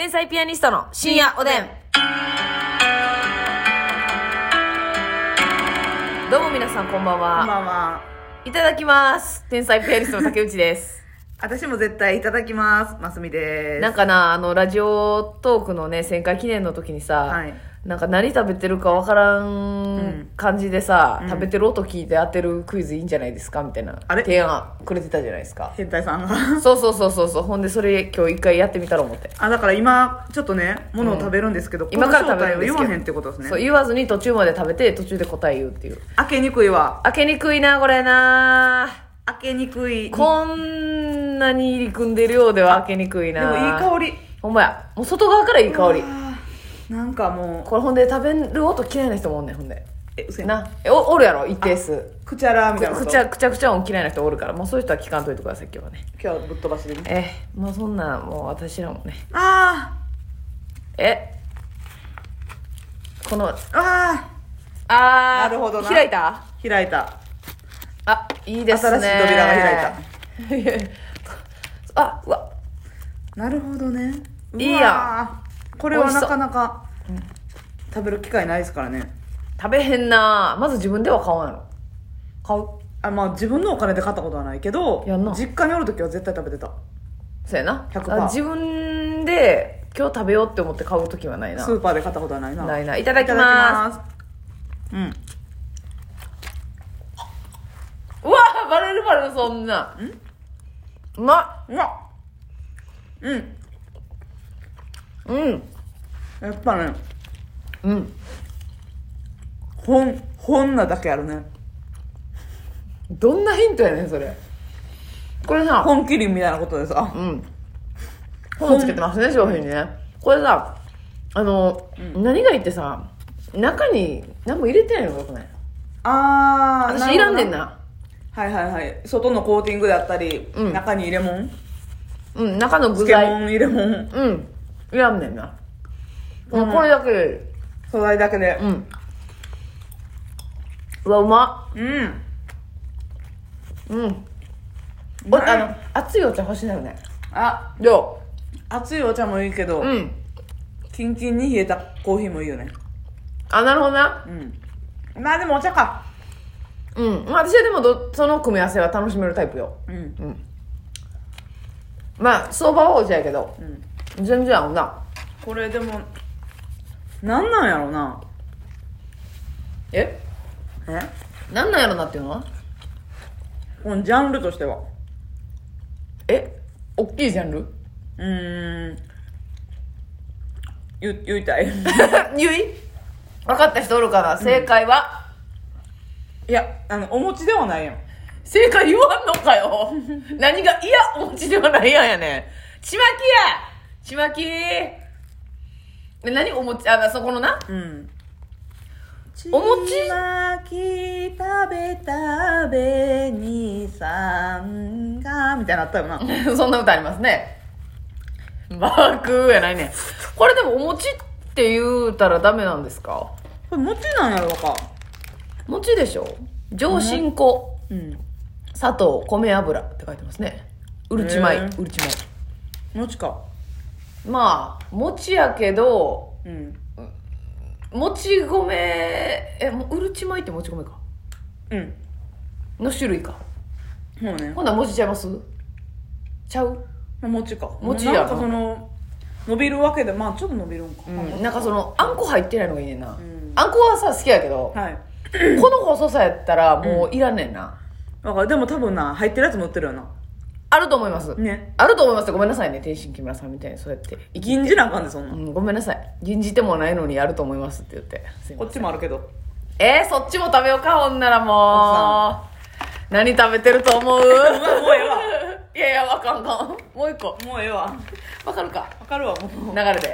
天才ピアニストの深夜おでん。どうも皆さんこんばんは。 こんばんは。 いただきます。天才ピアニストの竹内です。 私も絶対いただきます。ますみです。 なんかな、ラジオトークのね、1000回記念の時にさ、 はい、 なんか何食べてるかわからん感じでさ、食べてる音聞いて当てるクイズいいんじゃないですかみたいな提案くれてたじゃないですか。 変態さんが。 そう。ほんでそれ今日一回やってみたら思って。 だから今ちょっとね、ものを食べるんですけど、 今から食べるんですけど、 言わへんってことですね。 そう、言わずに途中まで食べて途中で答え言うっていう。 開けにくいわ。 開けにくいな、これな。 開けにくい。 こんなに入り組んでるようでは開けにくいな。 でもいい香り。 ほんまや。もう外側からいい香り。 なんかもう。 これほんで食べる音嫌いな人もおんねん、ほんで。 うせな。おるやろ、一定数。 くちゃらみたいなこと。 くちゃくちゃ音嫌いな人おるから、もうそういう人は聞かんといてください、今日はね。 今日はぶっ飛ばしでね。 もうそんな、もう私らもね。この、なるほどな。 開いた。いいですね。 新しい扉が開いた。 うわ。 なるほどね。 いいやん。これはなかなか食べる機会ないですからね。 食べへんな。まず自分では買わんやろ。買う？ まあ自分のお金で買ったことはないけど、実家におるときは絶対食べてた。 そうやな。 100%。 自分で今日食べようって思って買うときはないな。 スーパーで買ったことはないな。 ないな。いただきます。うわバレるそんな。うまっ。 やっぱね、本なだけあるね。 どんなヒントやねんそれ。これさ、 本麒麟みたいなことでさ、 本つけてますね、商品にね。これさ、何がいいってさ、中に何も入れてないのがよくない？私いらんねんな。 はい。外のコーティングだったり、中に入れ物、 中の具材、 漬物入れ物、 いらんねんな。これだけで、 素材だけで、 うわ、うまっ。熱いお茶欲しいなるね。どう？熱いお茶もいいけど、キンキンに冷えたコーヒーもいいよね。 なるほどな。 まあでもお茶か。 私はでもその組み合わせは楽しめるタイプよ。まあ相場はお茶やけど、全然合うな。 これでもなんなんやろうな。 なんなんやろなっていうのは、 このジャンルとしては大きいジャンル。 言いたい。 分かった人おるかな。正解は、 いや、お餅ではないやん。 正解言わんのかよ。何が、お餅ではないやんやねん。ちまき何お餅、そこのな。お餅ちまき食べにさんがみたいなあったよな。 そんな歌ありますね。バクやないねん。これでもお餅って言うたらダメなんですか？ これ餅なんやろうか。 餅でしょ。上新粉、砂糖、米油って書いてますね。うるち米。 餅か。 まあ餅やけど、もち米、うるち米ってもち米か。の種類か。 もうね。 ほんなら餅ちゃいます？ちゃう？ 餅か。 餅やな。 なんか伸びるわけで、まあちょっと伸びるんか。 なんかあんこ入ってないのがいいねんな。あんこはさ、好きやけど、この細さやったらもういらんねんな。 だからでも多分な、入ってるやつも売ってるよな。 あると思います。 ね。 あると思いますって。ごめんなさいね、天心木村さんみたいにそうやって。 銀じなあかんで、そんな。 ごめんなさい。銀じてもないのにあると思いますって言って。 こっちもあるけど。 そっちも食べようか、ほんならもう。何食べてると思う？もうええわ。 いや、わかん。もう一個。 もうええわ。 わかるか？ わかるわ、もう。 流れで。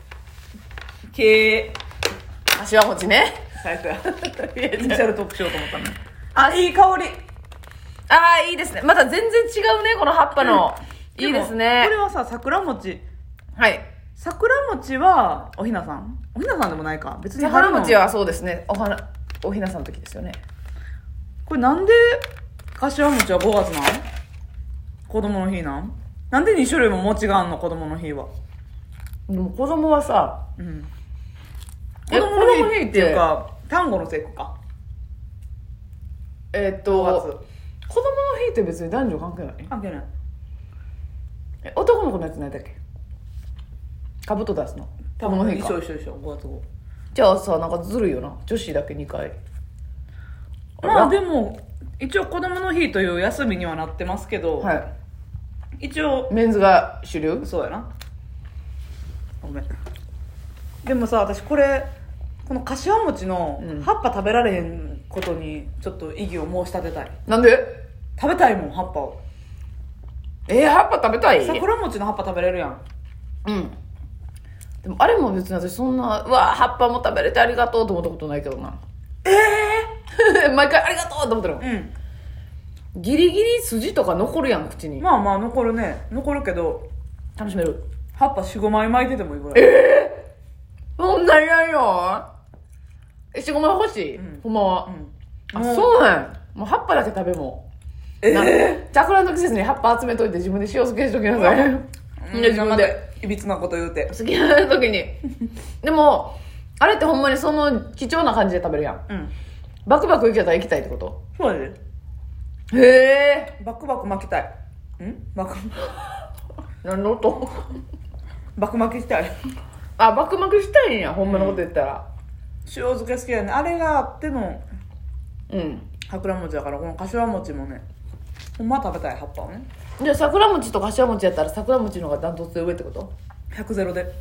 柏餅ね。 最初や。イニシャルトップしようと思ったね。いい香り。 いいですね。また全然違うね、この葉っぱの。いいですね。 これはさ、桜餅。 はい。 桜餅は、おひなさんでもないか。別に桜餅はそうですね。おひなさんの時ですよね。 これなんで、柏餅は5月なん？子供の日なん？なんで2種類も餅があんの、子供の日は。 でも子供はさ、 子供の日っていうか端午の節句か。 子供の日って別に男女関係ない？ 関係ない。 男の子のやつ何だっけ？かぶと出すの子供の日か。 一緒5月号。 じゃあさ、なんかずるいよな、女子だけ2回。 まあでも一応子供の日という休みにはなってますけど、 はい、 一応メンズが主流。 そうやな。ごめん。でもさ、私このかしわ餅の葉っぱ食べられへんことにちょっと異議を申し立てたい。 なんで？ 食べたいもん、葉っぱを。 葉っぱ食べたい？ 桜餅の葉っぱ食べれるやん。 うん。でもあれも別に私そんな、うわ葉っぱも食べれてありがとうと思ったことないけどな。毎回ありがとうと思ってるもん。ギリギリ筋とか残るやん、口に。 まあまあ残るね。残るけど楽しめる。 葉っぱ 4,5 枚巻いててもいいぐらい。 そんなんやんよ。4,5枚欲しい、ほんまは。あ、そうなんや。もう葉っぱだけ食べも。桜の季節に葉っぱ集めといて自分で塩漬けしときなさい。 自分でいびつなこと言うて。 好きな時に。でも、あれってほんまにその貴重な感じで食べるやん。バクバクいけたら行きたいってこと？ そうやで。 へバクバク巻きたい。バク何の音？ バク巻きしたい。 あ、バク巻きしたいんや、ほんまのこと言ったら。 塩漬け好きやね。あれがあっての桜餅だから、このかしわ餅もね、ほんま食べたい葉っぱをね。 じゃあ桜餅とかしわ餅やったら桜餅の方がダントツで上ってこと？ 100-0で。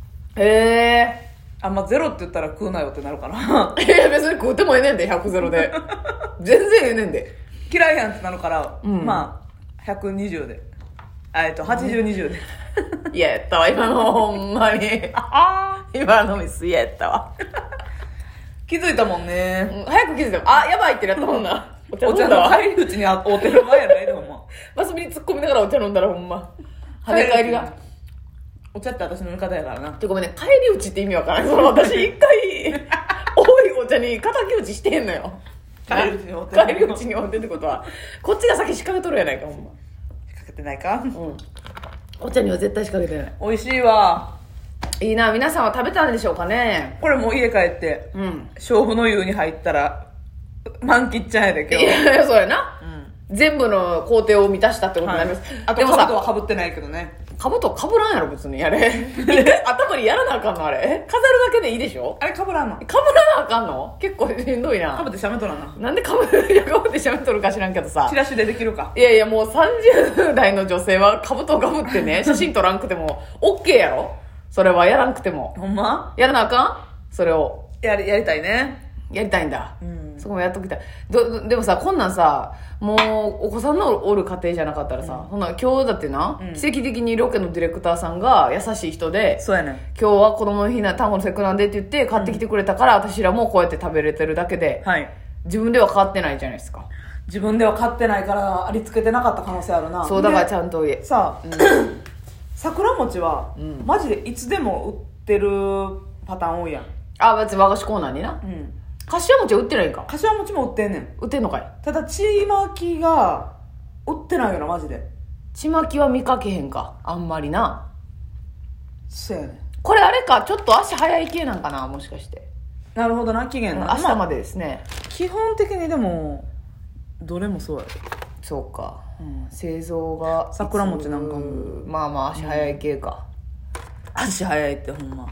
あんまゼロって言ったら食うなよってなるかな。 別に食うてもええねんで、100-0で。全然ええねんで。 嫌いやんってなるから、まあ120で、80-20で。 嫌やったわ今の。ほんまに今のミス嫌やったわ。 気づいたもんね。 早く気づいたもん。あ、やばいってなったもんな。 お茶の帰り討ちに会うてる前やないで、ほんま。 マスミに突っ込みながらお茶飲んだらほんま跳ね返りが。 お茶って私の味方やからな。 ごめんね、帰り討ちって意味わからない。その私一回多いお茶に敵討ちしてへんのよ。帰り討ちに追ってってことはこっちが先仕掛けとるやないか。ほんま仕掛けてないか。 お茶には絶対仕掛けてない。 美味しいわ。 いいな。皆さんは食べたんでしょうかね。 これもう家帰って、勝負の湯に入ったら満喫ちゃんやで今日。 いやそうやな、全部の工程を満たしたってことになります、 あと兜はかぶってないけどね。 兜かぶらんやろ別に。あれ一回頭にやらなあかんの。あれ飾るだけでいいでしょ。 あれかぶらんの。 かぶらなあかんの。結構しんどいな。 かぶってしゃべとらな。 なんでかぶってしゃべっとるか知らんけどさ。 チラシでできるか。 いやいや、もう30代の女性はかぶとをかぶってね写真撮らんくても OK やろ。それはやらんくても。 ほんまやらなあかん。それをやりたいね。 やりたいんだ、そこもやっときたい。でもさ、こんなんさ、もうお子さんのおる家庭じゃなかったらさ、そんな今日だってな、奇跡的にロケのディレクターさんが優しい人で、 そうやね。 今日は子供の日な単語の節句なんでって言って買ってきてくれたから、私らもこうやって食べれてるだけで、自分では買ってないじゃないですか。 自分では買ってないからありつけてなかった可能性あるな。 そうだからちゃんとさあ、桜餅は、マジでいつでも売ってるパターン多いやん。 あ、別に和菓子コーナーにな。かしわ餅は売ってないんか。 かしわ餅も売ってんねん。 売ってんのかい。 ただちまきが売ってないよなマジで。 ちまきは見かけへんかあんまりな。 そうやねん。 これあれか、ちょっと足早い系なんかな、もしかして。 なるほどな。期限な、 明日までですね、 基本的にでもどれもそうやで。 そうか、製造が桜餅なんかもまあまあ足早い系か、 足早いってほんま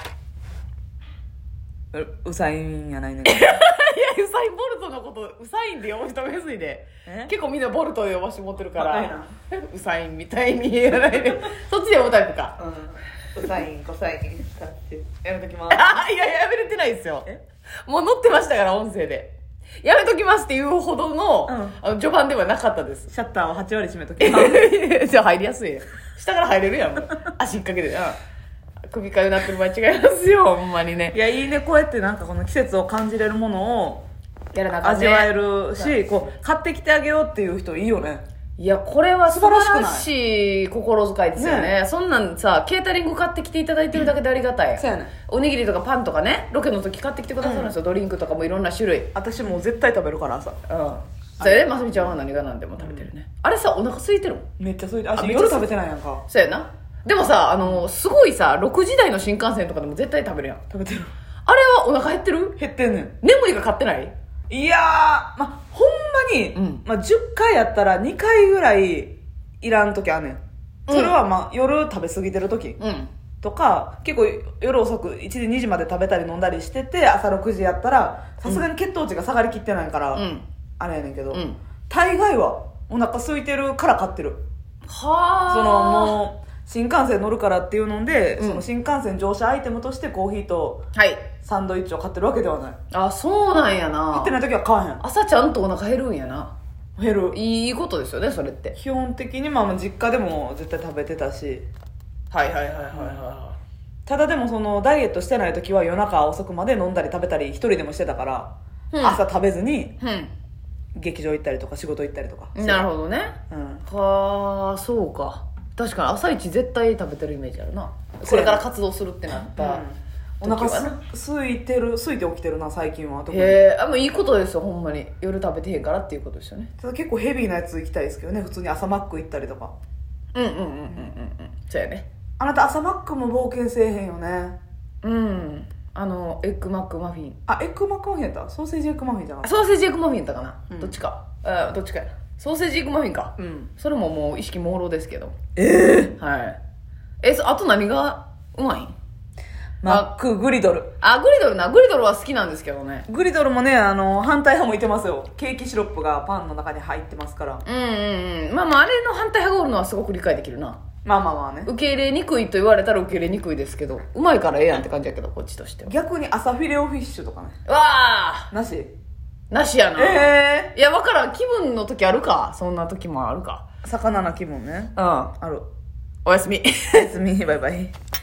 ウサインやないねん。いやウサインボルトのことウサインで呼ぶ人むずいで。結構みんなボルトで呼ばして持ってるからウサインみたいに言えないでそっちで呼ぶタイプか。 ウサインコサイン使ってやめときます。 いややめれてないですよ。もう載ってましたから音声でやめときますっていうほどの、序盤ではなかったです。 シャッターを8割閉めときます。 じゃあ入りやすいよ。下から入れるやん。足引っ掛けて首かゆなってる場合違いますよ、ほんまにね。 いやいいね、こうやってなんかこの季節を感じれるものをやらなかったね、 味わえるし、こう買ってきてあげようっていう人いいよね。 いやこれは素晴らしい心遣いですよね。そんなんさ、ケータリング買ってきていただいてるだけでありがたい。 そうやね。 おにぎりとかパンとかね、ロケの時買ってきてくださるんですよ、ドリンクとかもいろんな種類。 私もう絶対食べるから朝。 それでますみちゃんは何が何でも食べてるね。あれさ、お腹空いてるもん。 めっちゃ空いてる。夜食べてないやんか。 そうやな。 でもさ、すごいさ、6時台の新幹線とかでも絶対食べるやん。 食べてる。 あれはお腹減ってる？ 減ってんねん。 眠りが勝ってない？ いやー、ほんまに、 うん 10回やったら2回ぐらいいらん時あんねん。それは夜食べ過ぎてる時うん。 とか、結構夜遅く1時2時まで食べたり飲んだりしてて、朝6時やったらさすがに血糖値が下がりきってないから、 うん。 あれやねんけど、 うん。 大概はお腹空いてるから買ってる。 はそのあ。 もう新幹線乗るからっていうので、 うんその新幹線乗車アイテムとしてコーヒーとはい。 サンドイッチを買ってるわけではない。 あ、そうなんやな買って。ない時は買わへん。 朝ちゃんとお腹減るんやな。 減る。 いいことですよね、それって。 基本的に実家でも絶対食べてたし、 はいはいはいはいはただでもそのダイエットしてない時は夜中遅くまで飲んだり食べたり一人でもしてたから、 うん朝食べずにい。 劇場行ったりとか仕事行ったりとか。 うん。なるほどね。 うん。 はあ、そうか。確かに朝一絶対食べてるイメージあるな。これから活動するってなったお腹時はな。 空いて起きてるな最近は。特にへえ、もういいことですよ、ほんまに。夜食べてへんからっていうことですよね。 ただ結構ヘビーなやつ行きたいですけどね。普通に朝マック行ったりとか。 うんうんうんうんうんうん。そうやね。 あなた朝マックも冒険せえへんよね。 うん。エッグマックマフィン。 あ、エッグマックマフィンやった？ソーセージエッグマフィンじゃなかった？ ソーセージエッグマフィンやったかな、 うんどっちか。どっちかやな。ソーセージエッグマフィンか。 うん。 それももう意識朦朧ですけど。 ええはい。あと何がうまいん？ マックグリドル。 グリドルな。グリドルは好きなんですけどね。 グリドルもね、反対派もいてますよ。ケーキシロップがパンの中に入ってますから。 うんうんうん。まああれの反対派がおるのはすごく理解できるな。 ね。 受け入れにくいと言われたら受け入れにくいですけど、うまいからええやんって感じやけど、こっちとしては。 逆に朝フィレオフィッシュとかね。 わあなし？ なしやな。 えいや、わからん。気分の時あるか。そんな時もあるか。 魚な気分ね。 うん。 ある。 おやすみ。 おやすみ、バイバイ。